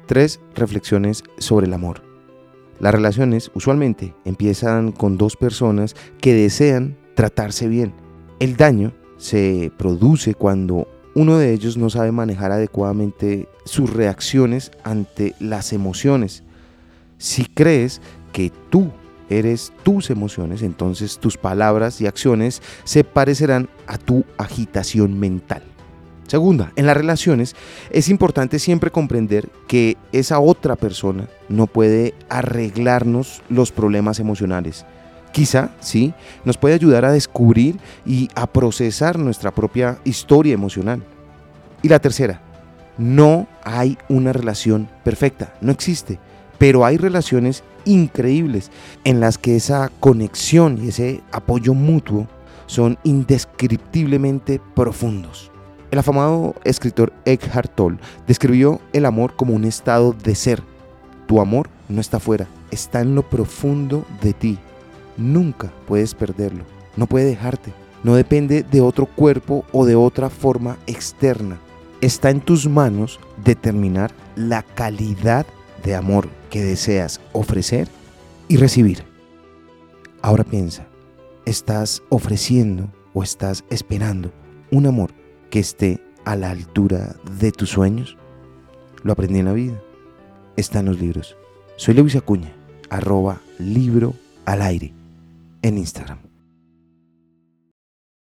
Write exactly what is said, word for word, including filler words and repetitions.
Tres reflexiones sobre el amor. Las relaciones usualmente empiezan con dos personas que desean tratarse bien. El daño se produce cuando uno de ellos no sabe manejar adecuadamente sus reacciones ante las emociones. Si crees que tú eres tus emociones, entonces tus palabras y acciones se parecerán a tu agitación mental. Segunda, en las relaciones es importante siempre comprender que esa otra persona no puede arreglarnos los problemas emocionales. Quizá, sí, nos puede ayudar a descubrir y a procesar nuestra propia historia emocional. Y la tercera, no hay una relación perfecta, no existe, pero hay relaciones increíbles en las que esa conexión y ese apoyo mutuo son indescriptiblemente profundos. El afamado escritor Eckhart Tolle describió el amor como un estado de ser. Tu amor no está afuera, está en lo profundo de ti. Nunca puedes perderlo, no puede dejarte, no depende de otro cuerpo o de otra forma externa. Está en tus manos determinar la calidad de amor que deseas ofrecer y recibir. Ahora piensa, ¿estás ofreciendo o estás esperando un amor que esté a la altura de tus sueños? Lo aprendí en la vida, está en los libros. Soy Lewis Acuña, arroba libro al aire en Instagram.